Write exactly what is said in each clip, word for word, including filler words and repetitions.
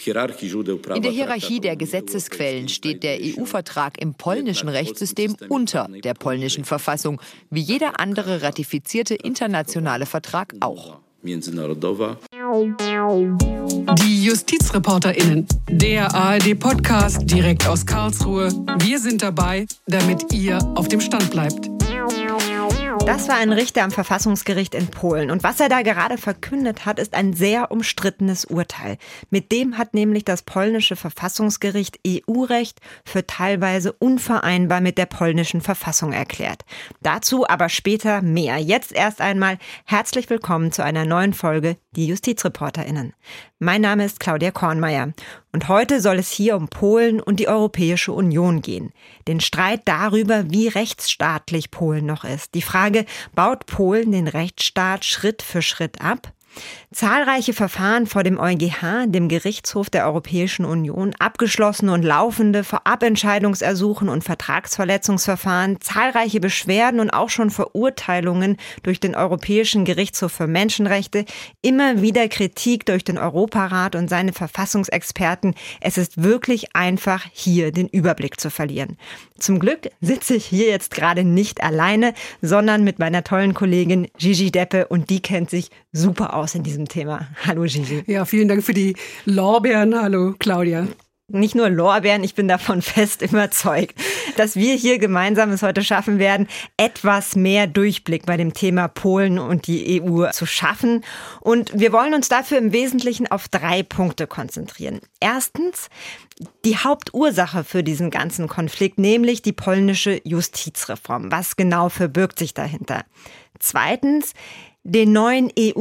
In der Hierarchie der Gesetzesquellen steht der E U-Vertrag im polnischen Rechtssystem unter der polnischen Verfassung, wie jeder andere ratifizierte internationale Vertrag auch. Die JustizreporterInnen, der A R D-Podcast direkt aus Karlsruhe. Wir sind dabei, damit ihr auf dem Stand bleibt. Das war ein Richter am Verfassungsgericht in Polen. Und was er da gerade verkündet hat, ist ein sehr umstrittenes Urteil. Mit dem hat nämlich das polnische Verfassungsgericht E U-Recht für teilweise unvereinbar mit der polnischen Verfassung erklärt. Dazu aber später mehr. Jetzt erst einmal herzlich willkommen zu einer neuen Folge Die JustizreporterInnen. Mein Name ist Claudia Kornmeier. Und heute soll es hier um Polen und die Europäische Union gehen. Den Streit darüber, wie rechtsstaatlich Polen noch ist. Die Frage, baut Polen den Rechtsstaat Schritt für Schritt ab? Zahlreiche Verfahren vor dem EuGH, dem Gerichtshof der Europäischen Union, abgeschlossene und laufende Vorabentscheidungsersuchen und Vertragsverletzungsverfahren, zahlreiche Beschwerden und auch schon Verurteilungen durch den Europäischen Gerichtshof für Menschenrechte, immer wieder Kritik durch den Europarat und seine Verfassungsexperten. Es ist wirklich einfach, hier den Überblick zu verlieren. Zum Glück sitze ich hier jetzt gerade nicht alleine, sondern mit meiner tollen Kollegin Gigi Deppe und die kennt sich super aus in diesem Thema. Hallo Gigi. Ja, vielen Dank für die Lorbeeren. Hallo Claudia. Nicht nur Lorbeeren, ich bin davon fest überzeugt, dass wir hier gemeinsam es heute schaffen werden, etwas mehr Durchblick bei dem Thema Polen und die E U zu schaffen. Und wir wollen uns dafür im Wesentlichen auf drei Punkte konzentrieren. Erstens, die Hauptursache für diesen ganzen Konflikt, nämlich die polnische Justizreform. Was genau verbirgt sich dahinter? Zweitens, den neuen E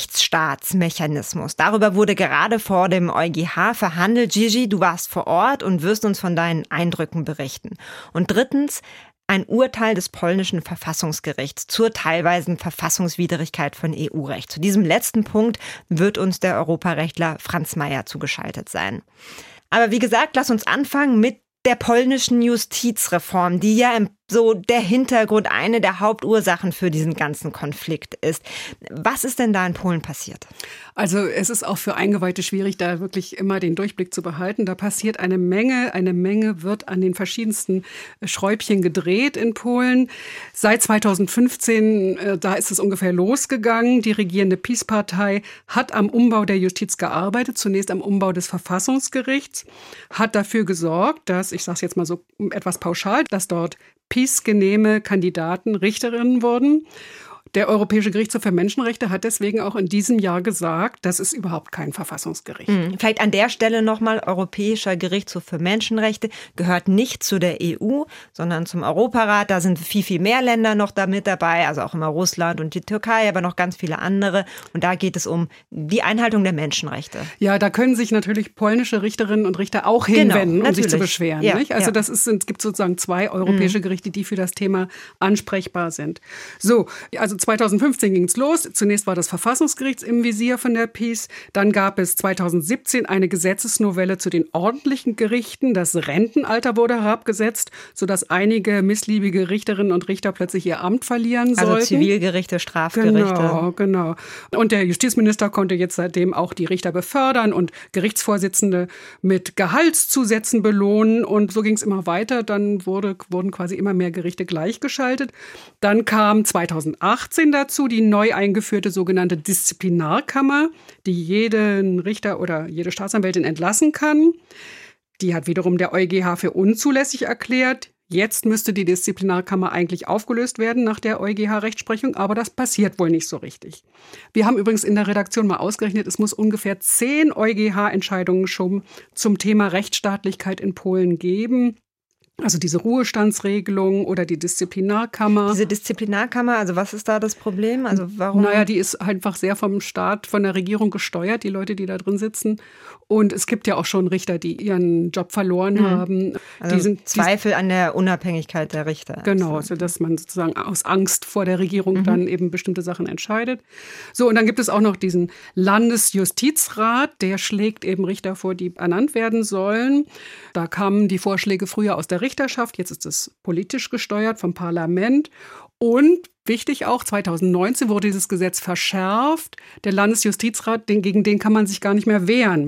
U-Rechtsstaatsmechanismus. Darüber wurde gerade vor dem EuGH verhandelt. Gigi, du warst vor Ort und wirst uns von deinen Eindrücken berichten. Und drittens, ein Urteil des polnischen Verfassungsgerichts zur teilweisen Verfassungswidrigkeit von E U-Recht. Zu diesem letzten Punkt wird uns der Europarechtler Franz Mayer zugeschaltet sein. Aber wie gesagt, lass uns anfangen mit der polnischen Justizreform, die ja so der Hintergrund, eine der Hauptursachen für diesen ganzen Konflikt ist. Was ist denn da in Polen passiert? Also es ist auch für Eingeweihte schwierig, da wirklich immer den Durchblick zu behalten. Da passiert eine Menge, eine Menge wird an den verschiedensten Schräubchen gedreht in Polen. Seit zweitausendfünfzehn, äh, da ist es ungefähr losgegangen. Die regierende PiS-Partei hat am Umbau der Justiz gearbeitet, zunächst am Umbau des Verfassungsgerichts, hat dafür gesorgt, dass, ich sage es jetzt mal so etwas pauschal, dass dort PiS-genehme Kandidaten Richterinnen wurden. Der Europäische Gerichtshof für Menschenrechte hat deswegen auch in diesem Jahr gesagt, das ist überhaupt kein Verfassungsgericht. Hm, vielleicht an der Stelle nochmal, Europäischer Gerichtshof für Menschenrechte gehört nicht zu der E U, sondern zum Europarat. Da sind viel, viel mehr Länder noch da mit dabei, also auch immer Russland und die Türkei, aber noch ganz viele andere. Und da geht es um die Einhaltung der Menschenrechte. Ja, da können sich natürlich polnische Richterinnen und Richter auch hinwenden, genau, um sich zu beschweren. Ja, nicht? Also ja. das ist, es gibt sozusagen zwei europäische Gerichte, die für das Thema ansprechbar sind. So, also zweitausendfünfzehn ging es los. Zunächst war das Verfassungsgericht im Visier von der PiS. Dann gab es zweitausendsiebzehn eine Gesetzesnovelle zu den ordentlichen Gerichten. Das Rentenalter wurde herabgesetzt, sodass einige missliebige Richterinnen und Richter plötzlich ihr Amt verlieren sollten. Also Zivilgerichte, Strafgerichte. Genau, genau. Und der Justizminister konnte jetzt seitdem auch die Richter befördern und Gerichtsvorsitzende mit Gehaltszusätzen belohnen. Und so ging es immer weiter. Dann wurde, wurden quasi immer mehr Gerichte gleichgeschaltet. Dann kam zweitausendachtzehn dazu die neu eingeführte sogenannte Disziplinarkammer, die jeden Richter oder jede Staatsanwältin entlassen kann. Die hat wiederum der EuGH für unzulässig erklärt. Jetzt müsste die Disziplinarkammer eigentlich aufgelöst werden nach der EuGH-Rechtsprechung, aber das passiert wohl nicht so richtig. Wir haben übrigens in der Redaktion mal ausgerechnet, es muss ungefähr zehn EuGH-Entscheidungen schon zum Thema Rechtsstaatlichkeit in Polen geben. Also diese Ruhestandsregelung oder die Disziplinarkammer. Diese Disziplinarkammer, also was ist da das Problem? Also warum? Naja, die ist einfach sehr vom Staat, von der Regierung gesteuert, die Leute, die da drin sitzen. Und es gibt ja auch schon Richter, die ihren Job verloren mhm. haben. Also die sind, Zweifel die, an der Unabhängigkeit der Richter. Genau, also dass man sozusagen aus Angst vor der Regierung mhm. dann eben bestimmte Sachen entscheidet. So, und dann gibt es auch noch diesen Landesjustizrat, der schlägt eben Richter vor, die ernannt werden sollen. Da kamen die Vorschläge früher aus der Richterschaft, jetzt ist es politisch gesteuert vom Parlament. Und wichtig auch, zweitausendneunzehn wurde dieses Gesetz verschärft. Der Landesjustizrat, den, gegen den kann man sich gar nicht mehr wehren.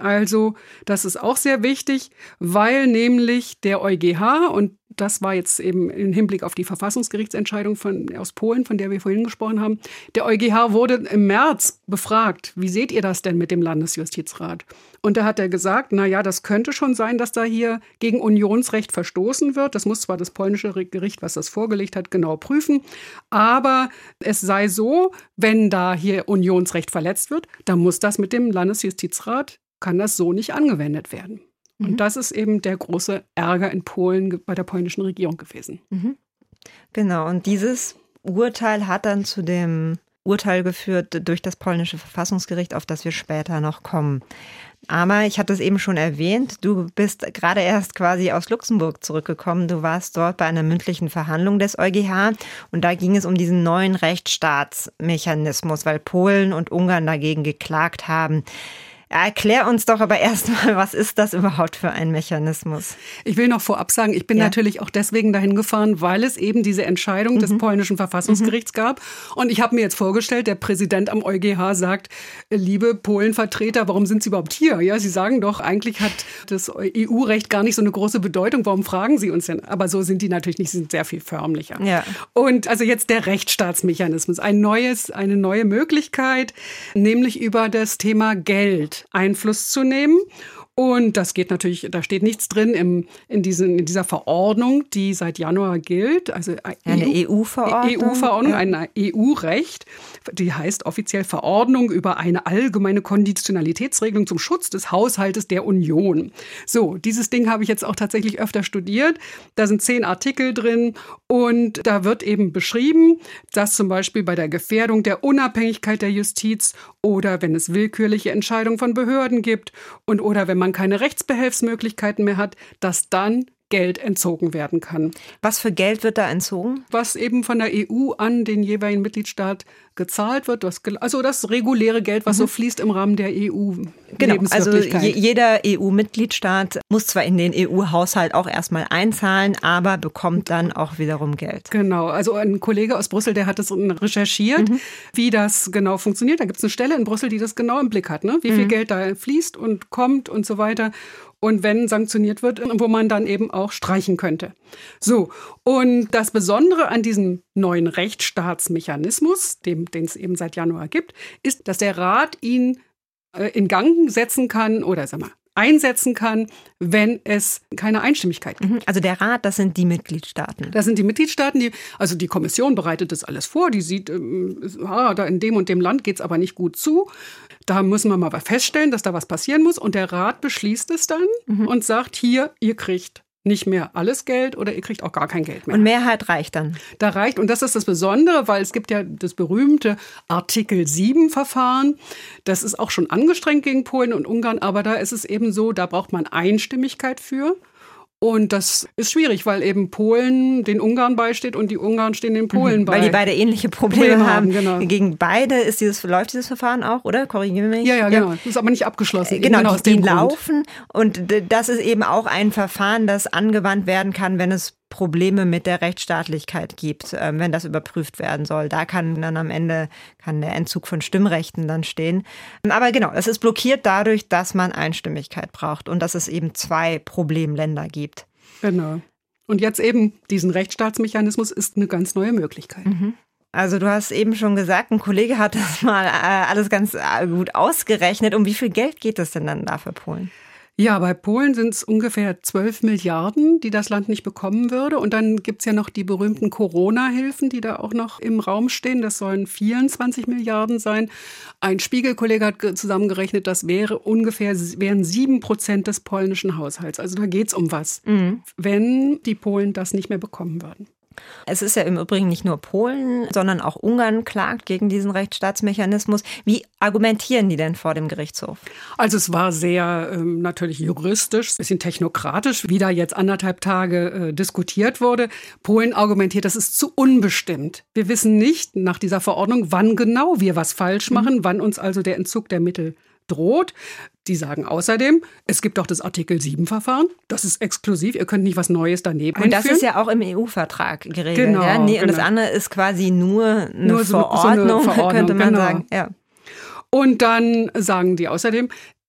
Also das ist auch sehr wichtig, weil nämlich der EuGH, und das war jetzt eben im Hinblick auf die Verfassungsgerichtsentscheidung von, aus Polen, von der wir vorhin gesprochen haben, der EuGH wurde im März befragt, wie seht ihr das denn mit dem Landesjustizrat? Und da hat er gesagt, na ja, das könnte schon sein, dass da hier gegen Unionsrecht verstoßen wird. Das muss zwar das polnische Gericht, was das vorgelegt hat, genau prüfen, aber es sei so, wenn da hier Unionsrecht verletzt wird, dann muss das mit dem Landesjustizrat, kann das so nicht angewendet werden. Mhm. Und das ist eben der große Ärger in Polen bei der polnischen Regierung gewesen. Mhm. Genau, und dieses Urteil hat dann zu dem Urteil geführt durch das polnische Verfassungsgericht, auf das wir später noch kommen. Aber ich hatte es eben schon erwähnt, du bist gerade erst quasi aus Luxemburg zurückgekommen. Du warst dort bei einer mündlichen Verhandlung des EuGH und da ging es um diesen neuen Rechtsstaatsmechanismus, weil Polen und Ungarn dagegen geklagt haben. Erklär uns doch aber erstmal, was ist das überhaupt für ein Mechanismus? Ich will noch vorab sagen, ich bin ja. natürlich auch deswegen dahin gefahren, weil es eben diese Entscheidung mhm. des polnischen Verfassungsgerichts mhm. gab. Und ich habe mir jetzt vorgestellt, der Präsident am EuGH sagt, liebe Polenvertreter, warum sind Sie überhaupt hier? Ja, Sie sagen doch, eigentlich hat das E U-Recht gar nicht so eine große Bedeutung. Warum fragen Sie uns denn? Aber so sind die natürlich nicht, sie sind sehr viel förmlicher. Ja. Und also jetzt der Rechtsstaatsmechanismus, ein neues, eine neue Möglichkeit, nämlich über das Thema Geld Einfluss zu nehmen. Und das geht natürlich, da steht nichts drin im, in, diesen, in dieser Verordnung, die seit Januar gilt. Also eine E U-Verordnung. E U-Verordnung, ein E U-Recht. Die heißt offiziell Verordnung über eine allgemeine Konditionalitätsregelung zum Schutz des Haushaltes der Union. So, dieses Ding habe ich jetzt auch tatsächlich öfter studiert. Da sind zehn Artikel drin und da wird eben beschrieben, dass zum Beispiel bei der Gefährdung der Unabhängigkeit der Justiz oder wenn es willkürliche Entscheidungen von Behörden gibt und oder wenn man keine Rechtsbehelfsmöglichkeiten mehr hat, dass dann Geld entzogen werden kann. Was für Geld wird da entzogen? Was eben von der E U an den jeweiligen Mitgliedstaat gezahlt wird. Das, also das reguläre Geld, was mhm. so fließt im Rahmen der E U. Genau, also je, jeder E U-Mitgliedstaat muss zwar in den E U-Haushalt auch erstmal einzahlen, aber bekommt dann auch wiederum Geld. Genau, also ein Kollege aus Brüssel, der hat das recherchiert, mhm. wie das genau funktioniert. Da gibt es eine Stelle in Brüssel, die das genau im Blick hat, ne? Wie viel mhm. Geld da fließt und kommt und so weiter. Und wenn sanktioniert wird, wo man dann eben auch streichen könnte. So, und das Besondere an diesem neuen Rechtsstaatsmechanismus, dem, den es eben seit Januar gibt, ist, dass der Rat ihn äh, in Gang setzen kann oder sag mal, einsetzen kann, wenn es keine Einstimmigkeit gibt. Also der Rat, das sind die Mitgliedstaaten. Das sind die Mitgliedstaaten, die, also die Kommission bereitet das alles vor, die sieht, ähm, ah, da in dem und dem Land geht es aber nicht gut zu. Da müssen wir mal feststellen, dass da was passieren muss. Und der Rat beschließt es dann mhm. und sagt, hier, ihr kriegt nicht mehr alles Geld oder ihr kriegt auch gar kein Geld mehr. Und Mehrheit reicht dann? Da reicht, und das ist das Besondere, weil es gibt ja das berühmte Artikel sieben Verfahren. Das ist auch schon angestrengt gegen Polen und Ungarn, aber da ist es eben so, da braucht man Einstimmigkeit für. Und das ist schwierig, weil eben Polen den Ungarn beisteht und die Ungarn stehen den Polen mhm, bei. Weil die beide ähnliche Probleme, Probleme haben. Genau. Gegen beide ist dieses, läuft dieses Verfahren auch, oder? Korrigiere mich. Ja, ja, genau. Das ist aber nicht abgeschlossen. Genau, genau die, die laufen. Und das ist eben auch ein Verfahren, das angewandt werden kann, wenn es Probleme mit der Rechtsstaatlichkeit gibt, äh, wenn das überprüft werden soll. Da kann dann am Ende kann der Entzug von Stimmrechten dann stehen. Aber genau, es ist blockiert dadurch, dass man Einstimmigkeit braucht und dass es eben zwei Problemländer gibt. Genau. Und jetzt eben diesen Rechtsstaatsmechanismus ist eine ganz neue Möglichkeit. Mhm. Also du hast eben schon gesagt, ein Kollege hat das mal äh, alles ganz äh, gut ausgerechnet. Um wie viel Geld geht es denn dann da für Polen? Ja, bei Polen sind es ungefähr zwölf Milliarden, die das Land nicht bekommen würde. Und dann gibt's ja noch die berühmten Corona-Hilfen, die da auch noch im Raum stehen. Das sollen vierundzwanzig Milliarden sein. Ein Spiegel-Kollege hat zusammengerechnet, das wäre ungefähr wären sieben Prozent des polnischen Haushalts. Also da geht's um was, mhm. wenn die Polen das nicht mehr bekommen würden. Es ist ja im Übrigen nicht nur Polen, sondern auch Ungarn klagt gegen diesen Rechtsstaatsmechanismus. Wie argumentieren die denn vor dem Gerichtshof? Also es war sehr ähm, natürlich juristisch, ein bisschen technokratisch, wie da jetzt anderthalb Tage äh, diskutiert wurde. Polen argumentiert, das ist zu unbestimmt. Wir wissen nicht nach dieser Verordnung, wann genau wir was falsch machen, mhm. wann uns also der Entzug der Mittel droht. Die sagen außerdem, es gibt auch das Artikel sieben Verfahren. Das ist exklusiv. Ihr könnt nicht was Neues daneben einführen. Und das ist ja auch im E U-Vertrag geregelt. Genau, ja? Nee, genau. Und das andere ist quasi nur eine, nur so, Verordnung, so eine Verordnung, könnte man genau. sagen. Ja. Und dann sagen die außerdem,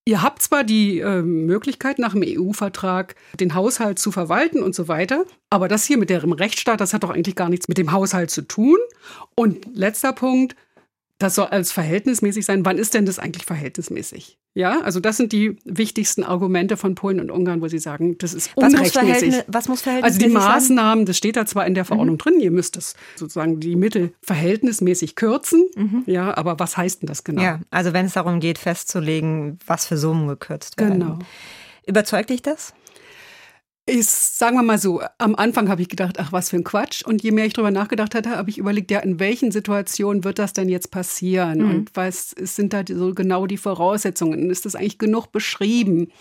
Ihr habt zwar die äh, Möglichkeit, nach dem E U-Vertrag den Haushalt zu verwalten und so weiter, aber das hier mit dem Rechtsstaat, das hat doch eigentlich gar nichts mit dem Haushalt zu tun. Und letzter Punkt, das soll alles verhältnismäßig sein. Wann ist denn das eigentlich verhältnismäßig? Ja, also das sind die wichtigsten Argumente von Polen und Ungarn, wo sie sagen, das ist unrechtmäßig. Was muss, Verhältnis, was muss verhältnismäßig sein? Also die Maßnahmen, das steht da zwar in der Verordnung mhm. drin, ihr müsst das sozusagen die Mittel verhältnismäßig kürzen. Mhm. Ja, aber was heißt denn das genau? Ja, also wenn es darum geht, festzulegen, was für Summen gekürzt werden. Genau. Überzeugt dich das? Ich, sagen wir mal so, am Anfang habe ich gedacht, ach, was für ein Quatsch. Und je mehr ich darüber nachgedacht hatte, habe ich überlegt, ja, in welchen Situationen wird das denn jetzt passieren? Mhm. Und was sind da so genau die Voraussetzungen? Ist das eigentlich genug beschrieben?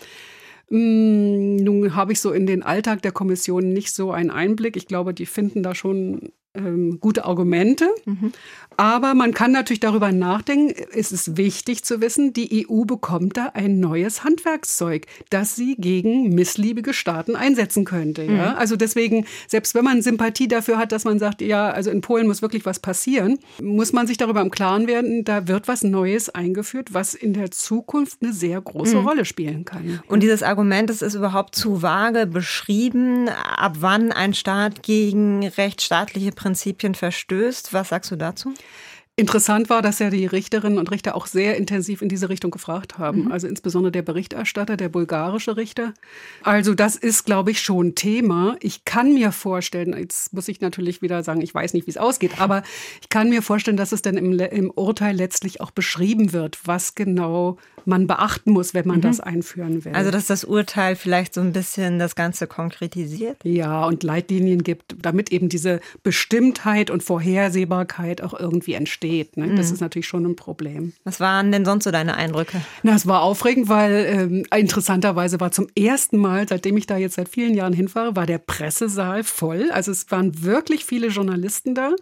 Hm, nun habe ich so in den Alltag der Kommission nicht so einen Einblick. Ich glaube, die finden da schon ähm, gute Argumente. Mhm. Aber man kann natürlich darüber nachdenken, es ist wichtig zu wissen, die E U bekommt da ein neues Handwerkszeug, das sie gegen missliebige Staaten einsetzen könnte. Ja? Mhm. Also deswegen, selbst wenn man Sympathie dafür hat, dass man sagt, ja, also in Polen muss wirklich was passieren, muss man sich darüber im Klaren werden, da wird was Neues eingeführt, was in der Zukunft eine sehr große mhm. Rolle spielen kann. Und dieses Argument, es ist überhaupt zu vage beschrieben, ab wann ein Staat gegen rechtsstaatliche Prinzipien verstößt. Was sagst du dazu? Interessant war, dass ja die Richterinnen und Richter auch sehr intensiv in diese Richtung gefragt haben. Mhm. Also insbesondere der Berichterstatter, der bulgarische Richter. Also das ist, glaube ich, schon Thema. Ich kann mir vorstellen, jetzt muss ich natürlich wieder sagen, ich weiß nicht, wie es ausgeht, aber ich kann mir vorstellen, dass es dann im, im Urteil letztlich auch beschrieben wird, was genau man beachten muss, wenn man mhm. das einführen will. Also dass das Urteil vielleicht so ein bisschen das Ganze konkretisiert? Ja, und Leitlinien gibt, damit eben diese Bestimmtheit und Vorhersehbarkeit auch irgendwie entsteht. Ne? Das mhm. ist natürlich schon ein Problem. Was waren denn sonst so deine Eindrücke? Na, es war aufregend, weil ähm, interessanterweise war zum ersten Mal, seitdem ich da jetzt seit vielen Jahren hinfahre, war der Pressesaal voll. Also es waren wirklich viele Journalisten da.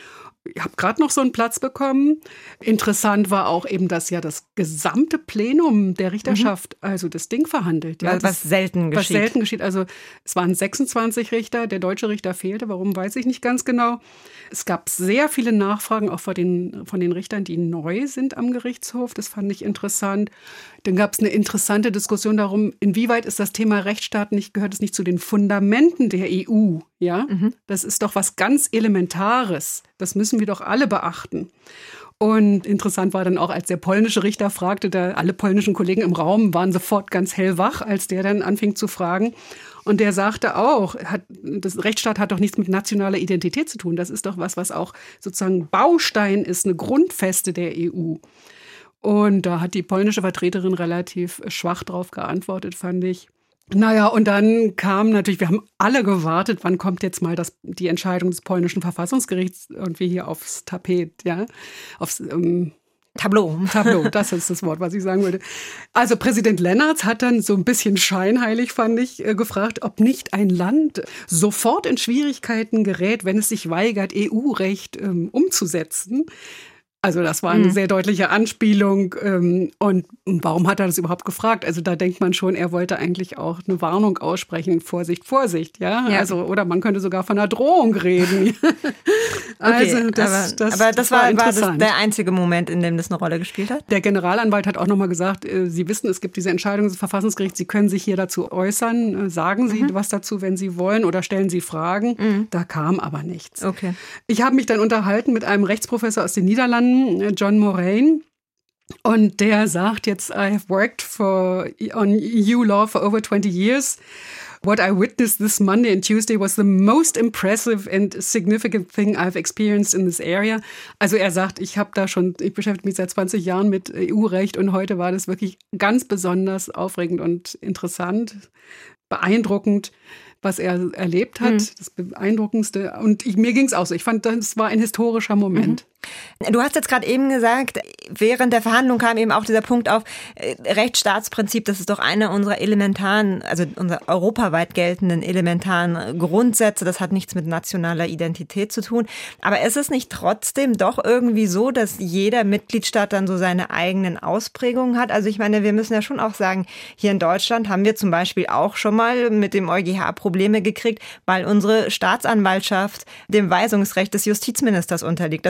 Ich habe gerade noch so einen Platz bekommen. Interessant war auch eben, dass ja das gesamte Plenum der Richterschaft mhm. also das Ding verhandelt. Ja, was, was selten geschieht. Was selten geschieht. Also es waren sechsundzwanzig Richter, der deutsche Richter fehlte. Warum, weiß ich nicht ganz genau. Es gab sehr viele Nachfragen auch von den, von den Richtern, die neu sind am Gerichtshof. Das fand ich interessant. Dann gab es eine interessante Diskussion darum, inwieweit ist das Thema Rechtsstaat nicht, gehört es nicht zu den Fundamenten der E U? Ja, mhm. das ist doch was ganz Elementares. Das müssen wir doch alle beachten. Und interessant war dann auch, als der polnische Richter fragte, da alle polnischen Kollegen im Raum waren sofort ganz hellwach, als der dann anfing zu fragen. Und der sagte auch, hat, das Rechtsstaat hat doch nichts mit nationaler Identität zu tun. Das ist doch was, was auch sozusagen Baustein ist, eine Grundfeste der E U. Und da hat die polnische Vertreterin relativ schwach drauf geantwortet, fand ich. Naja, und dann kam natürlich, wir haben alle gewartet, wann kommt jetzt mal das, die Entscheidung des polnischen Verfassungsgerichts irgendwie hier aufs Tapet, ja, aufs ähm, Tableau. Tableau, das ist das Wort, was ich sagen würde. Also Präsident Lennartz hat dann so ein bisschen scheinheilig, fand ich, äh, gefragt, ob nicht ein Land sofort in Schwierigkeiten gerät, wenn es sich weigert, E U-Recht ähm, umzusetzen. Also das war eine mhm. sehr deutliche Anspielung. Ähm, und warum hat er das überhaupt gefragt? Also da denkt man schon, er wollte eigentlich auch eine Warnung aussprechen. Vorsicht, Vorsicht, ja. ja. Also, oder man könnte sogar von einer Drohung reden. also okay, das, aber, das, aber das, das war, war das der einzige Moment, in dem das eine Rolle gespielt hat? Der Generalanwalt hat auch nochmal gesagt, äh, Sie wissen, es gibt diese Entscheidung des Verfassungsgerichts, Sie können sich hier dazu äußern. Äh, sagen Sie mhm. was dazu, wenn Sie wollen, oder stellen Sie Fragen. Mhm. Da kam aber nichts. Okay. Ich habe mich dann unterhalten mit einem Rechtsprofessor aus den Niederlanden, John Moraine, und der sagt jetzt, I have worked for, on E U law for over twenty years. What I witnessed this Monday and Tuesday was the most impressive and significant thing I've experienced in this area. Also er sagt, ich habe da schon, ich beschäftige mich seit zwanzig Jahren mit E U-Recht und heute war das wirklich ganz besonders aufregend und interessant, beeindruckend, was er erlebt hat, mhm. das Beeindruckendste. Und ich, mir ging es auch so. Ich fand, das war ein historischer Moment. Mhm. Du hast jetzt gerade eben gesagt, während der Verhandlung kam eben auch dieser Punkt auf, äh, Rechtsstaatsprinzip, das ist doch eine unserer elementaren, also unserer europaweit geltenden elementaren Grundsätze. Das hat nichts mit nationaler Identität zu tun. Aber ist es nicht trotzdem doch irgendwie so, dass jeder Mitgliedstaat dann so seine eigenen Ausprägungen hat? Also ich meine, wir müssen ja schon auch sagen, hier in Deutschland haben wir zum Beispiel auch schon mal mit dem EuGH Probleme gekriegt, weil unsere Staatsanwaltschaft dem Weisungsrecht des Justizministers unterliegt. Das ist auch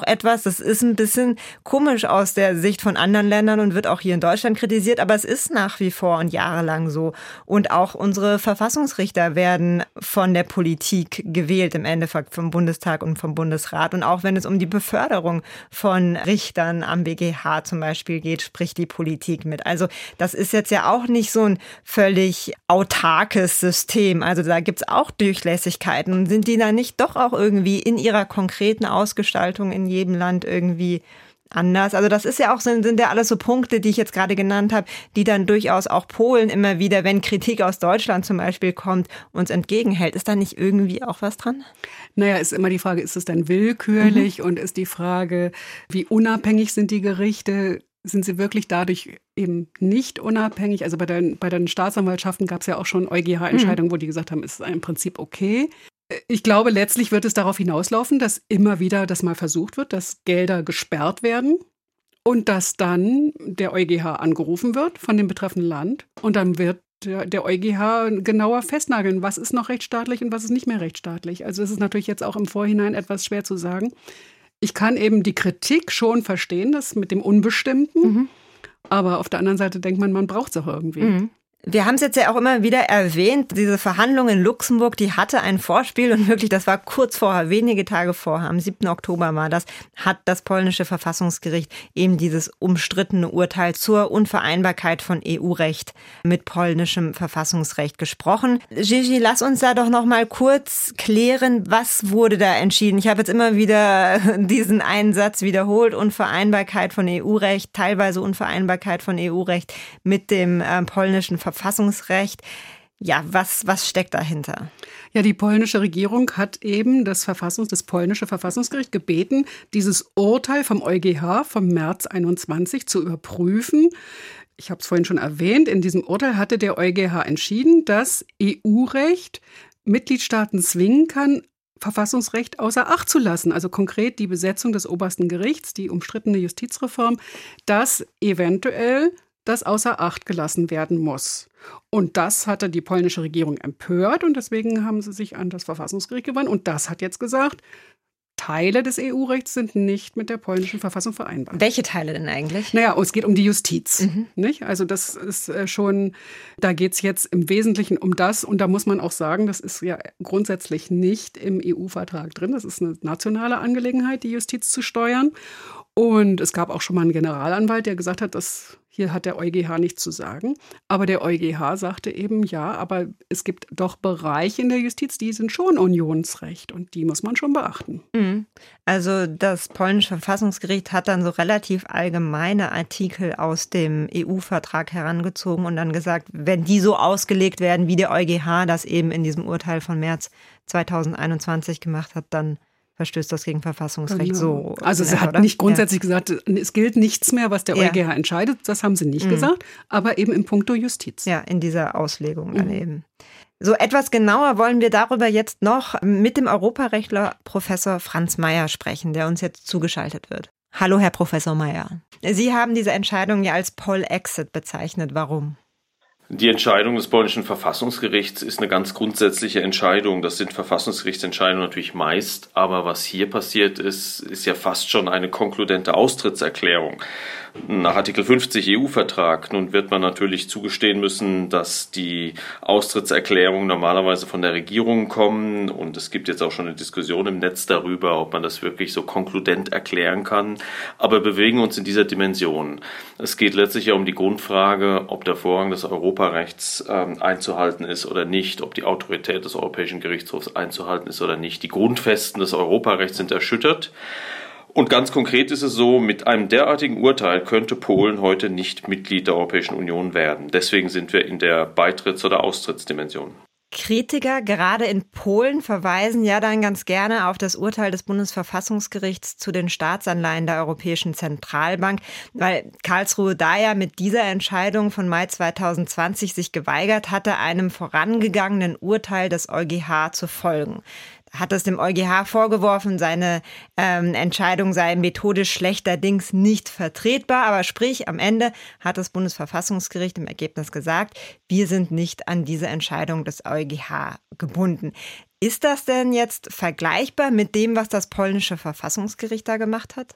etwas, das ist ein bisschen komisch aus der Sicht von anderen Ländern und wird auch hier in Deutschland kritisiert, aber es ist nach wie vor und jahrelang so. Und auch unsere Verfassungsrichter werden von der Politik gewählt, im Endeffekt vom Bundestag und vom Bundesrat. Und auch wenn es um die Beförderung von Richtern am B G H zum Beispiel geht, spricht die Politik mit. Also das ist jetzt ja auch nicht so ein völlig autarkes System. Also da gibt es auch Durchlässigkeiten. Sind die da nicht doch auch irgendwie in ihrer konkreten Ausgestaltung in jedem Land irgendwie anders? Also das ist ja auch, sind, sind ja alles so Punkte, die ich jetzt gerade genannt habe, die dann durchaus auch Polen immer wieder, wenn Kritik aus Deutschland zum Beispiel kommt, uns entgegenhält. Ist da nicht irgendwie auch was dran? Naja, ist immer die Frage, ist es denn willkürlich? Mhm. Und ist die Frage, wie unabhängig sind die Gerichte? Sind sie wirklich dadurch eben nicht unabhängig? Also bei den, bei den Staatsanwaltschaften gab es ja auch schon EuGH Entscheidungen, mhm. wo die gesagt haben, es ist im Prinzip okay. Ich glaube, letztlich wird es darauf hinauslaufen, dass immer wieder das mal versucht wird, dass Gelder gesperrt werden und dass dann der EuGH angerufen wird von dem betreffenden Land und dann wird der, der EuGH genauer festnageln, was ist noch rechtsstaatlich und was ist nicht mehr rechtsstaatlich. Also es ist natürlich jetzt auch im Vorhinein etwas schwer zu sagen. Ich kann eben die Kritik schon verstehen, das mit dem Unbestimmten, mhm. aber auf der anderen Seite denkt man, man braucht es auch irgendwie. Mhm. Wir haben es jetzt ja auch immer wieder erwähnt, diese Verhandlung in Luxemburg, die hatte ein Vorspiel und wirklich, das war kurz vorher, wenige Tage vorher, am siebten Oktober war das, hat das polnische Verfassungsgericht eben dieses umstrittene Urteil zur Unvereinbarkeit von E U-Recht mit polnischem Verfassungsrecht gesprochen. Gigi, lass uns da doch noch mal kurz klären, was wurde da entschieden? Ich habe jetzt immer wieder diesen einen Satz wiederholt, Unvereinbarkeit von E U-Recht, teilweise Unvereinbarkeit von E U-Recht mit dem äh, polnischen Verfassungsrecht. Verfassungsrecht. Ja, was, was steckt dahinter? Ja, die polnische Regierung hat eben das Verfassungs-, das polnische Verfassungsgericht gebeten, dieses Urteil vom EuGH vom März einundzwanzig zu überprüfen. Ich habe es vorhin schon erwähnt, in diesem Urteil hatte der EuGH entschieden, dass E U-Recht Mitgliedstaaten zwingen kann, Verfassungsrecht außer Acht zu lassen, also konkret die Besetzung des obersten Gerichts, die umstrittene Justizreform, dass eventuell das außer Acht gelassen werden muss. Und das hatte die polnische Regierung empört und deswegen haben sie sich an das Verfassungsgericht gewandt. Und das hat jetzt gesagt, Teile des E U-Rechts sind nicht mit der polnischen Verfassung vereinbar. Welche Teile denn eigentlich? Naja, es geht um die Justiz. Mhm. Nicht? Also das ist schon, da geht es jetzt im Wesentlichen um das. Und da muss man auch sagen, das ist ja grundsätzlich nicht im E U-Vertrag drin. Das ist eine nationale Angelegenheit, die Justiz zu steuern. Und es gab auch schon mal einen Generalanwalt, der gesagt hat, dass hier hat der EuGH nichts zu sagen. Aber der EuGH sagte eben, ja, aber es gibt doch Bereiche in der Justiz, die sind schon Unionsrecht und die muss man schon beachten. Also das polnische Verfassungsgericht hat dann so relativ allgemeine Artikel aus dem E U-Vertrag herangezogen und dann gesagt, wenn die so ausgelegt werden, wie der EuGH das eben in diesem Urteil von März zweitausendeinundzwanzig gemacht hat, dann verstößt das gegen Verfassungsrecht genau. so. Also sie hat oder? nicht grundsätzlich ja. gesagt, es gilt nichts mehr, was der ja. EuGH entscheidet. Das haben sie nicht mhm. gesagt, aber eben in puncto Justiz. Ja, in dieser Auslegung dann mhm. eben. So etwas genauer wollen wir darüber jetzt noch mit dem Europarechtler Professor Franz Mayer sprechen, der uns jetzt zugeschaltet wird. Hallo, Herr Professor Mayer. Sie haben diese Entscheidung ja als Poll-Exit bezeichnet. Warum? Die Entscheidung des polnischen Verfassungsgerichts ist eine ganz grundsätzliche Entscheidung. Das sind Verfassungsgerichtsentscheidungen natürlich meist, aber was hier passiert ist, ist ja fast schon eine konkludente Austrittserklärung. Nach Artikel fünfzig E U-Vertrag. Nun wird man natürlich zugestehen müssen, dass die Austrittserklärungen normalerweise von der Regierung kommen und es gibt jetzt auch schon eine Diskussion im Netz darüber, ob man das wirklich so konkludent erklären kann. Aber wir bewegen uns in dieser Dimension. Es geht letztlich ja um die Grundfrage, ob der Vorrang des Europarechts äh, einzuhalten ist oder nicht, ob die Autorität des Europäischen Gerichtshofs einzuhalten ist oder nicht. Die Grundfesten des Europarechts sind erschüttert. Und ganz konkret ist es so, mit einem derartigen Urteil könnte Polen heute nicht Mitglied der Europäischen Union werden. Deswegen sind wir in der Beitritts- oder Austrittsdimension. Kritiker, gerade in Polen, verweisen ja dann ganz gerne auf das Urteil des Bundesverfassungsgerichts zu den Staatsanleihen der Europäischen Zentralbank, weil Karlsruhe da ja mit dieser Entscheidung von Mai zweitausendzwanzig sich geweigert hatte, einem vorangegangenen Urteil des EuGH zu folgen. Hat es dem EuGH vorgeworfen, seine ähm, Entscheidung sei methodisch schlechterdings nicht vertretbar. Aber sprich, am Ende hat das Bundesverfassungsgericht im Ergebnis gesagt, wir sind nicht an diese Entscheidung des EuGH gebunden. Ist das denn jetzt vergleichbar mit dem, was das polnische Verfassungsgericht da gemacht hat?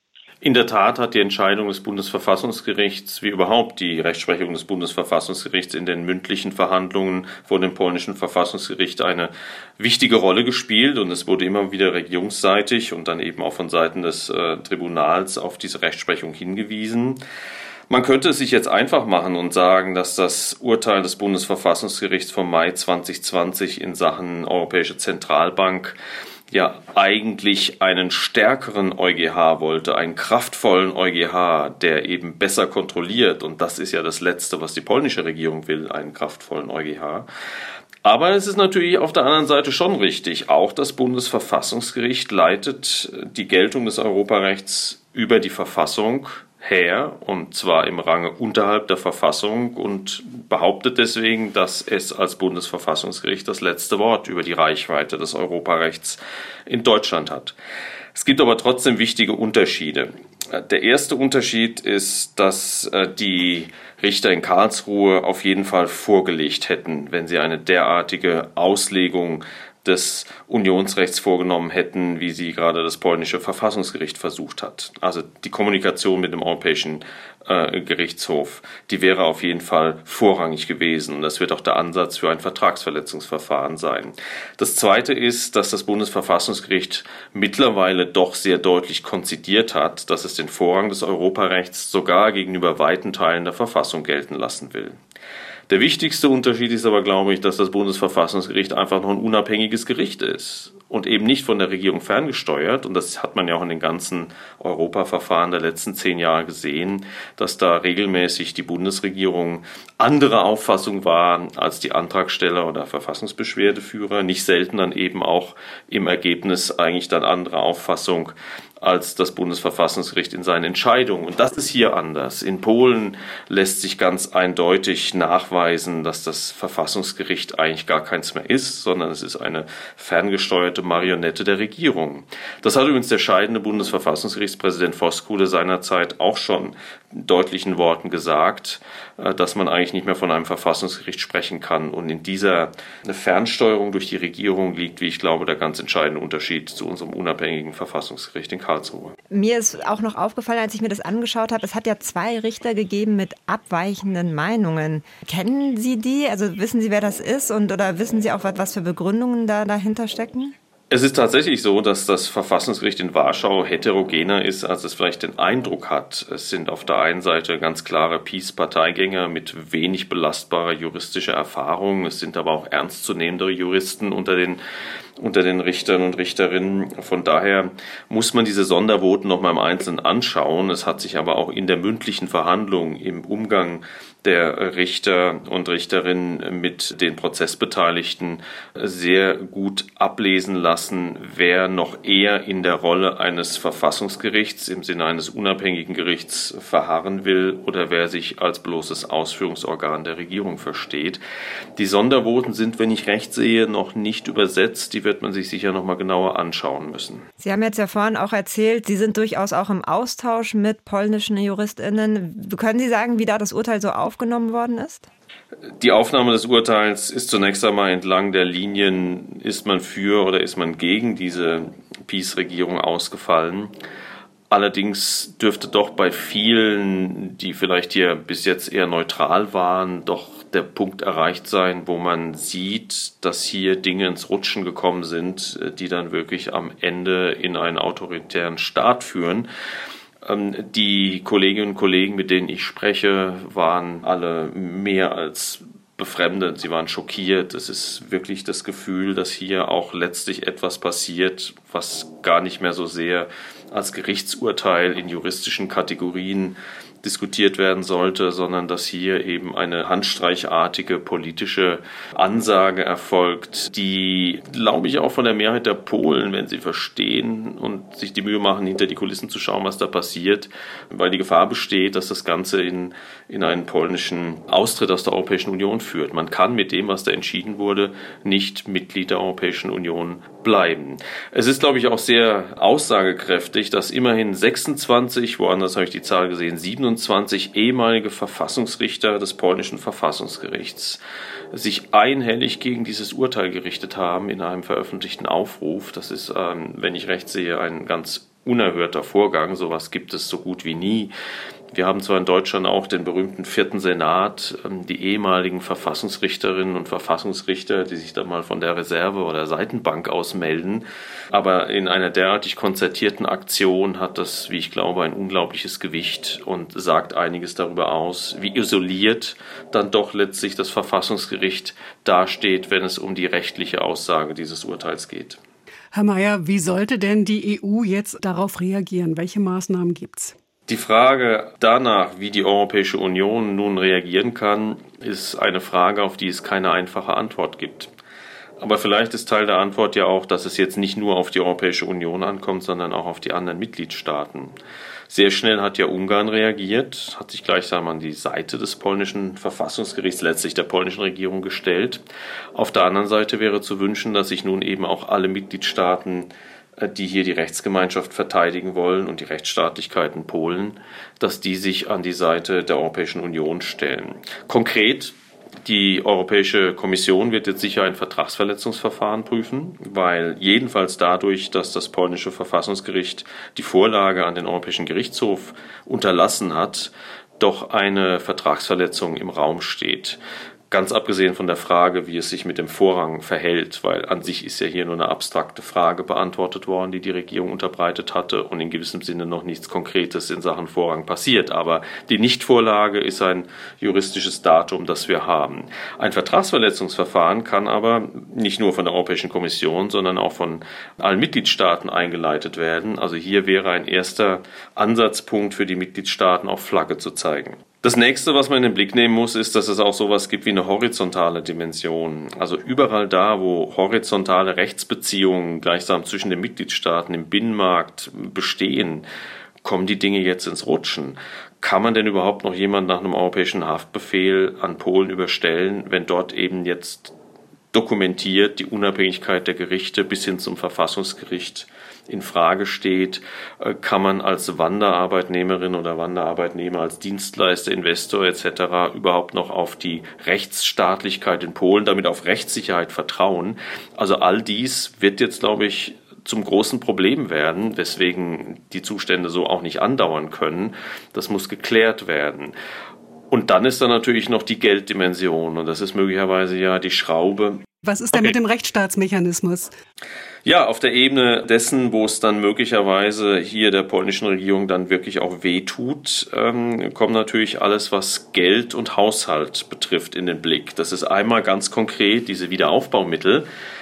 In der Tat hat die Entscheidung des Bundesverfassungsgerichts, wie überhaupt die Rechtsprechung des Bundesverfassungsgerichts in den mündlichen Verhandlungen vor dem polnischen Verfassungsgericht eine wichtige Rolle gespielt. Und es wurde immer wieder regierungsseitig und dann eben auch von Seiten des äh, Tribunals auf diese Rechtsprechung hingewiesen. Man könnte es sich jetzt einfach machen und sagen, dass das Urteil des Bundesverfassungsgerichts vom Mai zwanzig zwanzig in Sachen Europäische Zentralbank ja eigentlich einen stärkeren EuGH wollte, einen kraftvollen EuGH, der eben besser kontrolliert. Und das ist ja das Letzte, was die polnische Regierung will, einen kraftvollen EuGH. Aber es ist natürlich auf der anderen Seite schon richtig. Auch das Bundesverfassungsgericht leitet die Geltung des Europarechts über die Verfassung her, und zwar im Range unterhalb der Verfassung, und behauptet deswegen, dass es als Bundesverfassungsgericht das letzte Wort über die Reichweite des Europarechts in Deutschland hat. Es gibt aber trotzdem wichtige Unterschiede. Der erste Unterschied ist, dass die Richter in Karlsruhe auf jeden Fall vorgelegt hätten, wenn sie eine derartige Auslegung des Unionsrechts vorgenommen hätten, wie sie gerade das polnische Verfassungsgericht versucht hat. Also die Kommunikation mit dem Europäischen äh, Gerichtshof, die wäre auf jeden Fall vorrangig gewesen. Und das wird auch der Ansatz für ein Vertragsverletzungsverfahren sein. Das Zweite ist, dass das Bundesverfassungsgericht mittlerweile doch sehr deutlich konzidiert hat, dass es den Vorrang des Europarechts sogar gegenüber weiten Teilen der Verfassung gelten lassen will. Der wichtigste Unterschied ist aber, glaube ich, dass das Bundesverfassungsgericht einfach noch ein unabhängiges Gericht ist und eben nicht von der Regierung ferngesteuert. Und das hat man ja auch in den ganzen Europaverfahren der letzten zehn Jahre gesehen, dass da regelmäßig die Bundesregierung andere Auffassung war als die Antragsteller oder Verfassungsbeschwerdeführer. Nicht selten dann eben auch im Ergebnis eigentlich dann andere Auffassung als das Bundesverfassungsgericht in seinen Entscheidungen. Und das ist hier anders. In Polen lässt sich ganz eindeutig nachweisen, dass das Verfassungsgericht eigentlich gar keins mehr ist, sondern es ist eine ferngesteuerte Marionette der Regierung. Das hat übrigens der scheidende Bundesverfassungsgerichtspräsident Voskuhle seinerzeit auch schon in deutlichen Worten gesagt, dass man eigentlich nicht mehr von einem Verfassungsgericht sprechen kann. Und in dieser Fernsteuerung durch die Regierung liegt, wie ich glaube, der ganz entscheidende Unterschied zu unserem unabhängigen Verfassungsgericht in Karlsruhe. Mir ist auch noch aufgefallen, als ich mir das angeschaut habe, es hat ja zwei Richter gegeben mit abweichenden Meinungen. Kennen Sie die? Also wissen Sie, wer das ist? Und oder wissen Sie auch, was für Begründungen da dahinter stecken? Es ist tatsächlich so, dass das Verfassungsgericht in Warschau heterogener ist, als es vielleicht den Eindruck hat. Es sind auf der einen Seite ganz klare PiS-Parteigänger mit wenig belastbarer juristischer Erfahrung. Es sind aber auch ernstzunehmendere Juristen unter den unter den Richtern und Richterinnen. Von daher muss man diese Sondervoten noch mal im Einzelnen anschauen. Es hat sich aber auch in der mündlichen Verhandlung im Umgang der Richter und Richterinnen mit den Prozessbeteiligten sehr gut ablesen lassen, wer noch eher in der Rolle eines Verfassungsgerichts im Sinne eines unabhängigen Gerichts verharren will oder wer sich als bloßes Ausführungsorgan der Regierung versteht. Die Sondervoten sind, wenn ich recht sehe, noch nicht übersetzt. Die wird man sich sicher noch mal genauer anschauen müssen. Sie haben jetzt ja vorhin auch erzählt, Sie sind durchaus auch im Austausch mit polnischen JuristInnen. Können Sie sagen, wie da das Urteil so aufgenommen worden ist? Die Aufnahme des Urteils ist zunächst einmal entlang der Linien, ist man für oder ist man gegen diese PiS-Regierung ausgefallen. Allerdings dürfte doch bei vielen, die vielleicht hier bis jetzt eher neutral waren, doch der Punkt erreicht sein, wo man sieht, dass hier Dinge ins Rutschen gekommen sind, die dann wirklich am Ende in einen autoritären Staat führen. Die Kolleginnen und Kollegen, mit denen ich spreche, waren alle mehr als befremdet. Sie waren schockiert. Es ist wirklich das Gefühl, dass hier auch letztlich etwas passiert, was gar nicht mehr so sehr als Gerichtsurteil in juristischen Kategorien diskutiert werden sollte, sondern dass hier eben eine handstreichartige politische Ansage erfolgt, die, glaube ich, auch von der Mehrheit der Polen, wenn sie verstehen und sich die Mühe machen, hinter die Kulissen zu schauen, was da passiert, weil die Gefahr besteht, dass das Ganze in, in einen polnischen Austritt aus der Europäischen Union führt. Man kann mit dem, was da entschieden wurde, nicht Mitglied der Europäischen Union bleiben. Es ist, glaube ich, auch sehr aussagekräftig, dass immerhin sechsundzwanzig, woanders habe ich die Zahl gesehen, siebenundzwanzig fünfundzwanzig ehemalige Verfassungsrichter des polnischen Verfassungsgerichts sich einhellig gegen dieses Urteil gerichtet haben in einem veröffentlichten Aufruf. Das ist, ähm, wenn ich recht sehe, ein ganz unerhörter Vorgang. Sowas gibt es so gut wie nie. Wir haben zwar in Deutschland auch den berühmten vierten Senat, die ehemaligen Verfassungsrichterinnen und Verfassungsrichter, die sich dann mal von der Reserve oder Seitenbank aus melden. Aber in einer derartig konzertierten Aktion hat das, wie ich glaube, ein unglaubliches Gewicht und sagt einiges darüber aus, wie isoliert dann doch letztlich das Verfassungsgericht dasteht, wenn es um die rechtliche Aussage dieses Urteils geht. Herr Mayer, wie sollte denn die E U jetzt darauf reagieren? Welche Maßnahmen gibt's? Die Frage danach, wie die Europäische Union nun reagieren kann, ist eine Frage, auf die es keine einfache Antwort gibt. Aber vielleicht ist Teil der Antwort ja auch, dass es jetzt nicht nur auf die Europäische Union ankommt, sondern auch auf die anderen Mitgliedstaaten. Sehr schnell hat ja Ungarn reagiert, hat sich gleichsam an die Seite des polnischen Verfassungsgerichts, letztlich der polnischen Regierung, gestellt. Auf der anderen Seite wäre zu wünschen, dass sich nun eben auch alle Mitgliedstaaten, die hier die Rechtsgemeinschaft verteidigen wollen und die Rechtsstaatlichkeit in Polen, dass die sich an die Seite der Europäischen Union stellen. Konkret, die Europäische Kommission wird jetzt sicher ein Vertragsverletzungsverfahren prüfen, weil jedenfalls dadurch, dass das polnische Verfassungsgericht die Vorlage an den Europäischen Gerichtshof unterlassen hat, doch eine Vertragsverletzung im Raum steht. Ganz abgesehen von der Frage, wie es sich mit dem Vorrang verhält, weil an sich ist ja hier nur eine abstrakte Frage beantwortet worden, die die Regierung unterbreitet hatte und in gewissem Sinne noch nichts Konkretes in Sachen Vorrang passiert. Aber die Nichtvorlage ist ein juristisches Datum, das wir haben. Ein Vertragsverletzungsverfahren kann aber nicht nur von der Europäischen Kommission, sondern auch von allen Mitgliedstaaten eingeleitet werden. Also hier wäre ein erster Ansatzpunkt für die Mitgliedstaaten, auf Flagge zu zeigen. Das nächste, was man in den Blick nehmen muss, ist, dass es auch sowas gibt wie eine horizontale Dimension. Also überall da, wo horizontale Rechtsbeziehungen gleichsam zwischen den Mitgliedstaaten im Binnenmarkt bestehen, kommen die Dinge jetzt ins Rutschen. Kann man denn überhaupt noch jemand nach einem europäischen Haftbefehl an Polen überstellen, wenn dort eben jetzt dokumentiert die Unabhängigkeit der Gerichte bis hin zum Verfassungsgericht in Frage steht? Kann man als Wanderarbeitnehmerin oder Wanderarbeitnehmer, als Dienstleister, Investor et cetera überhaupt noch auf die Rechtsstaatlichkeit in Polen, damit auf Rechtssicherheit vertrauen? Also all dies wird jetzt, glaube ich, zum großen Problem werden, weswegen die Zustände so auch nicht andauern können. Das muss geklärt werden. Und dann ist da natürlich noch die Gelddimension und das ist möglicherweise ja die Schraube. Was ist denn okay mit dem Rechtsstaatsmechanismus? Ja, auf der Ebene dessen, wo es dann möglicherweise hier der polnischen Regierung dann wirklich auch wehtut, ähm, kommt natürlich alles, was Geld und Haushalt betrifft, in den Blick. Das ist einmal ganz konkret diese Wiederaufbaumittel.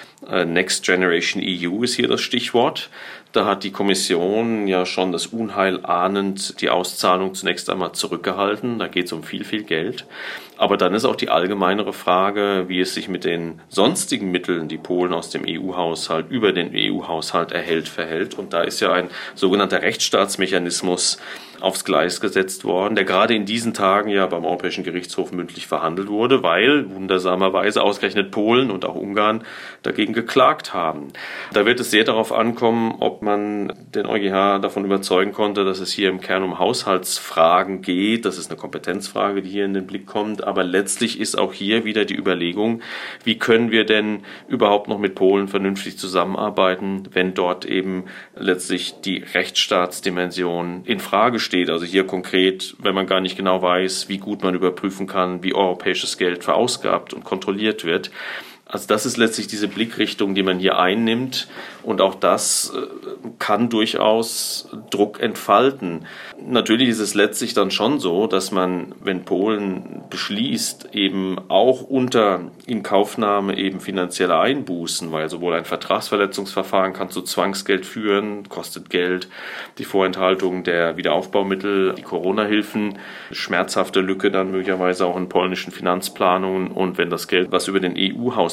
Next Generation E U ist hier das Stichwort. Da hat die Kommission ja schon das Unheil ahnend die Auszahlung zunächst einmal zurückgehalten. Da geht es um viel, viel Geld. Aber dann ist auch die allgemeinere Frage, wie es sich mit den sonstigen Mitteln, die Polen aus dem E U-Haushalt über den E U-Haushalt erhält, verhält. Und da ist ja ein sogenannter Rechtsstaatsmechanismus aufs Gleis gesetzt worden, der gerade in diesen Tagen ja beim Europäischen Gerichtshof mündlich verhandelt wurde, weil wundersamerweise ausgerechnet Polen und auch Ungarn dagegen geklagt haben. Da wird es sehr darauf ankommen, ob man den EuGH davon überzeugen konnte, dass es hier im Kern um Haushaltsfragen geht. Das ist eine Kompetenzfrage, die hier in den Blick kommt. Aber letztlich ist auch hier wieder die Überlegung, wie können wir denn überhaupt noch mit Polen vernünftig zusammenarbeiten, wenn dort eben letztlich die Rechtsstaatsdimension in Frage steht. Also hier konkret, wenn man gar nicht genau weiß, wie gut man überprüfen kann, wie europäisches Geld verausgabt und kontrolliert wird. Also das ist letztlich diese Blickrichtung, die man hier einnimmt. Und auch das kann durchaus Druck entfalten. Natürlich ist es letztlich dann schon so, dass man, wenn Polen beschließt, eben auch unter Inkaufnahme eben finanzielle Einbußen, weil sowohl ein Vertragsverletzungsverfahren kann zu Zwangsgeld führen, kostet Geld, die Vorenthaltung der Wiederaufbaumittel, die Corona-Hilfen, schmerzhafte Lücke dann möglicherweise auch in polnischen Finanzplanungen. Und wenn das Geld, was über den E U-Haushalt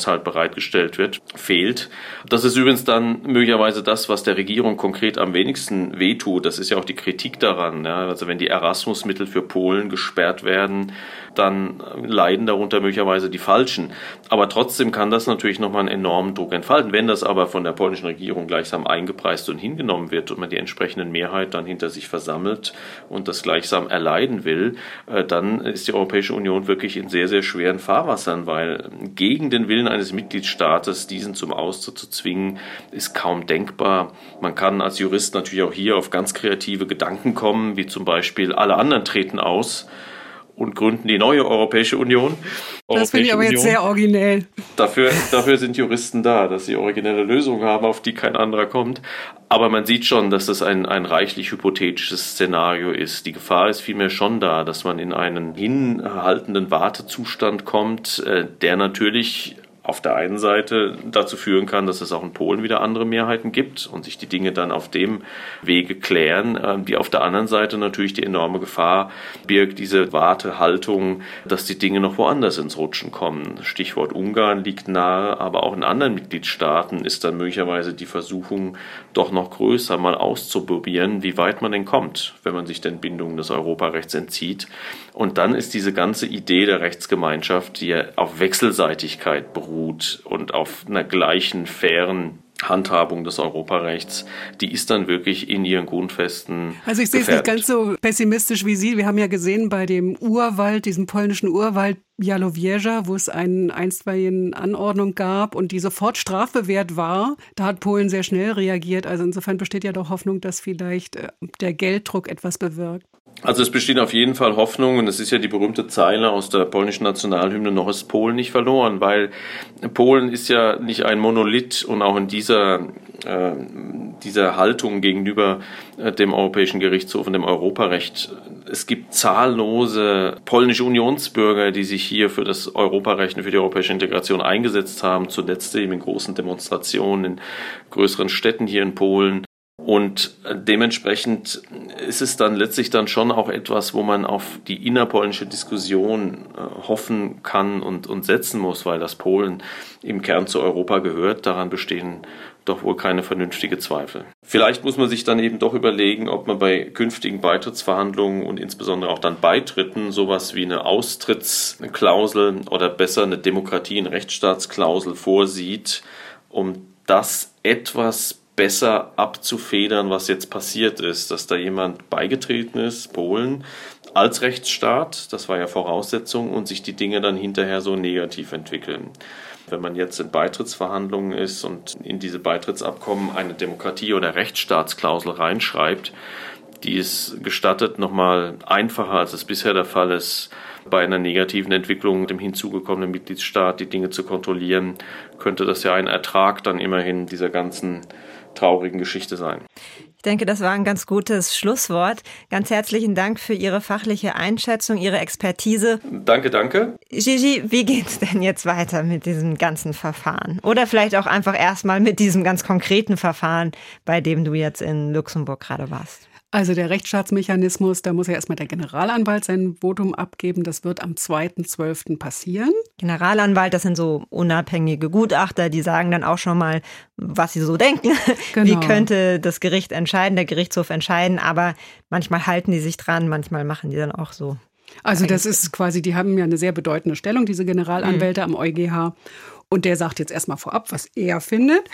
Haushalt bereitgestellt wird, fehlt. Das ist übrigens dann möglicherweise das, was der Regierung konkret am wenigsten wehtut. Das ist ja auch die Kritik daran. Ja? Also wenn die Erasmus-Mittel für Polen gesperrt werden, dann leiden darunter möglicherweise die Falschen. Aber trotzdem kann das natürlich nochmal einen enormen Druck entfalten. Wenn das aber von der polnischen Regierung gleichsam eingepreist und hingenommen wird und man die entsprechenden Mehrheit dann hinter sich versammelt und das gleichsam erleiden will, dann ist die Europäische Union wirklich in sehr, sehr schweren Fahrwassern, weil gegen den Willen eines Mitgliedstaates, diesen zum Austritt zu zwingen, ist kaum denkbar. Man kann als Jurist natürlich auch hier auf ganz kreative Gedanken kommen, wie zum Beispiel alle anderen treten aus und gründen die neue Europäische Union. Das finde ich aber Union. Jetzt sehr originell. Dafür, dafür sind Juristen da, dass sie originelle Lösungen haben, auf die kein anderer kommt. Aber man sieht schon, dass das ein, ein reichlich hypothetisches Szenario ist. Die Gefahr ist vielmehr schon da, dass man in einen hinhaltenden Wartezustand kommt, der natürlich auf der einen Seite dazu führen kann, dass es auch in Polen wieder andere Mehrheiten gibt und sich die Dinge dann auf dem Wege klären, die auf der anderen Seite natürlich die enorme Gefahr birgt, diese Wartehaltung, dass die Dinge noch woanders ins Rutschen kommen. Stichwort Ungarn liegt nahe, aber auch in anderen Mitgliedstaaten ist dann möglicherweise die Versuchung doch noch größer, mal auszuprobieren, wie weit man denn kommt, wenn man sich den Bindungen des Europarechts entzieht. Und dann ist diese ganze Idee der Rechtsgemeinschaft, die ja auf Wechselseitigkeit beruht, und auf einer gleichen, fairen Handhabung des Europarechts, die ist dann wirklich in ihren Grundfesten Also ich sehe es nicht ganz so pessimistisch wie Sie. Wir haben ja gesehen bei dem Urwald, diesem polnischen Urwald Białowieża, wo es eine einstweiligen Anordnung gab und die sofort strafbewehrt war. Da hat Polen sehr schnell reagiert. Also insofern besteht ja doch Hoffnung, dass vielleicht der Gelddruck etwas bewirkt. Also es besteht auf jeden Fall Hoffnung und es ist ja die berühmte Zeile aus der polnischen Nationalhymne, noch ist Polen nicht verloren, weil Polen ist ja nicht ein Monolith und auch in dieser, äh, dieser Haltung gegenüber äh, dem Europäischen Gerichtshof und dem Europarecht. Es gibt zahllose polnische Unionsbürger, die sich hier für das Europarecht und für die europäische Integration eingesetzt haben, zuletzt eben in großen Demonstrationen in größeren Städten hier in Polen. Und dementsprechend ist es dann letztlich dann schon auch etwas, wo man auf die innerpolnische Diskussion äh, hoffen kann und, und setzen muss, weil das Polen im Kern zu Europa gehört. Daran bestehen doch wohl keine vernünftige Zweifel. Vielleicht muss man sich dann eben doch überlegen, ob man bei künftigen Beitrittsverhandlungen und insbesondere auch dann Beitritten sowas wie eine Austrittsklausel oder besser eine Demokratie- und Rechtsstaatsklausel vorsieht, um das etwas besser abzufedern, was jetzt passiert ist, dass da jemand beigetreten ist, Polen, als Rechtsstaat, das war ja Voraussetzung, und sich die Dinge dann hinterher so negativ entwickeln. Wenn man jetzt in Beitrittsverhandlungen ist und in diese Beitrittsabkommen eine Demokratie- oder Rechtsstaatsklausel reinschreibt, die es gestattet, nochmal einfacher, als es bisher der Fall ist, bei einer negativen Entwicklung dem hinzugekommenen Mitgliedstaat die Dinge zu kontrollieren, könnte das ja ein Ertrag dann immerhin dieser ganzen traurigen Geschichte sein. Ich denke, das war ein ganz gutes Schlusswort. Ganz herzlichen Dank für Ihre fachliche Einschätzung, Ihre Expertise. Danke, danke. Gigi, wie geht's denn jetzt weiter mit diesem ganzen Verfahren? Oder vielleicht auch einfach erstmal mit diesem ganz konkreten Verfahren, bei dem du jetzt in Luxemburg gerade warst? Also der Rechtsstaatsmechanismus, da muss ja erstmal der Generalanwalt sein Votum abgeben. Das wird am zweiten zwölften passieren. Generalanwalt, das sind so unabhängige Gutachter, die sagen dann auch schon mal, was sie so denken. Genau. Wie könnte das Gericht entscheiden, der Gerichtshof entscheiden. Aber manchmal halten die sich dran, manchmal machen die dann auch so. Also das ist quasi, die haben ja eine sehr bedeutende Stellung, diese Generalanwälte mhm. am EuGH. Und der sagt jetzt erstmal vorab, was er findet.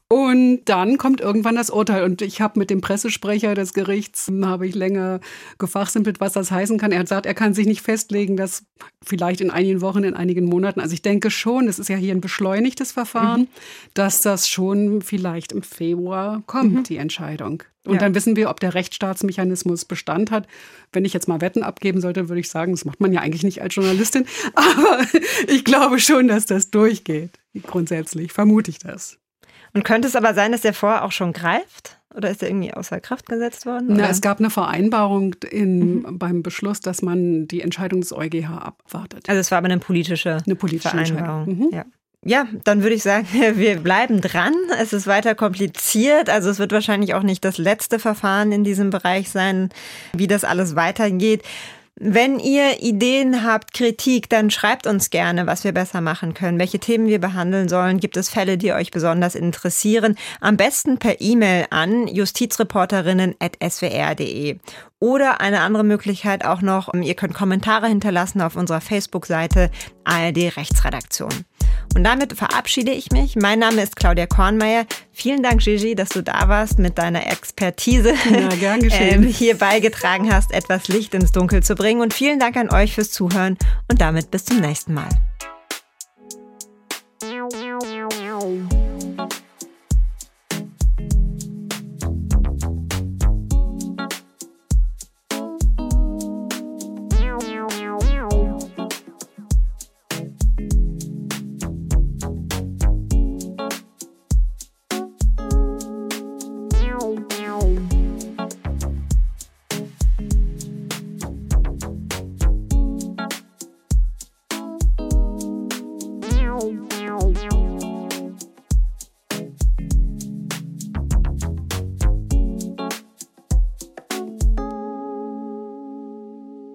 Und dann kommt irgendwann das Urteil. Und ich habe mit dem Pressesprecher des Gerichts, habe ich länger gefachsimpelt, was das heißen kann. Er hat gesagt, er kann sich nicht festlegen, dass vielleicht in einigen Wochen, in einigen Monaten, also ich denke schon, es ist ja hier ein beschleunigtes Verfahren, mhm. dass das schon vielleicht im Februar kommt, mhm. die Entscheidung. Und ja. dann wissen wir, ob der Rechtsstaatsmechanismus Bestand hat. Wenn ich jetzt mal Wetten abgeben sollte, würde ich sagen, das macht man ja eigentlich nicht als Journalistin. Aber ich glaube schon, dass das durchgeht. Grundsätzlich vermute ich das. Und könnte es aber sein, dass der vorher auch schon greift? Oder ist der irgendwie außer Kraft gesetzt worden? Na, es gab eine Vereinbarung in, mhm. beim Beschluss, dass man die Entscheidung des EuGH abwartet. Also es war aber eine politische, eine politische Vereinbarung. Mhm. Ja. Ja, dann würde ich sagen, wir bleiben dran. Es ist weiter kompliziert. Also es wird wahrscheinlich auch nicht das letzte Verfahren in diesem Bereich sein, wie das alles weitergeht. Wenn ihr Ideen habt, Kritik, dann schreibt uns gerne, was wir besser machen können, welche Themen wir behandeln sollen. Gibt es Fälle, die euch besonders interessieren? Am besten per E-Mail an justizreporterinnen at s w r punkt d e. Oder eine andere Möglichkeit auch noch, ihr könnt Kommentare hinterlassen auf unserer Facebook-Seite A R D Rechtsredaktion. Und damit verabschiede ich mich. Mein Name ist Claudia Kornmeier. Vielen Dank, Gigi, dass du da warst mit deiner Expertise. Ja, gern geschehen. ähm, hier beigetragen hast, etwas Licht ins Dunkel zu bringen. Und vielen Dank an euch fürs Zuhören und damit bis zum nächsten Mal. Wow.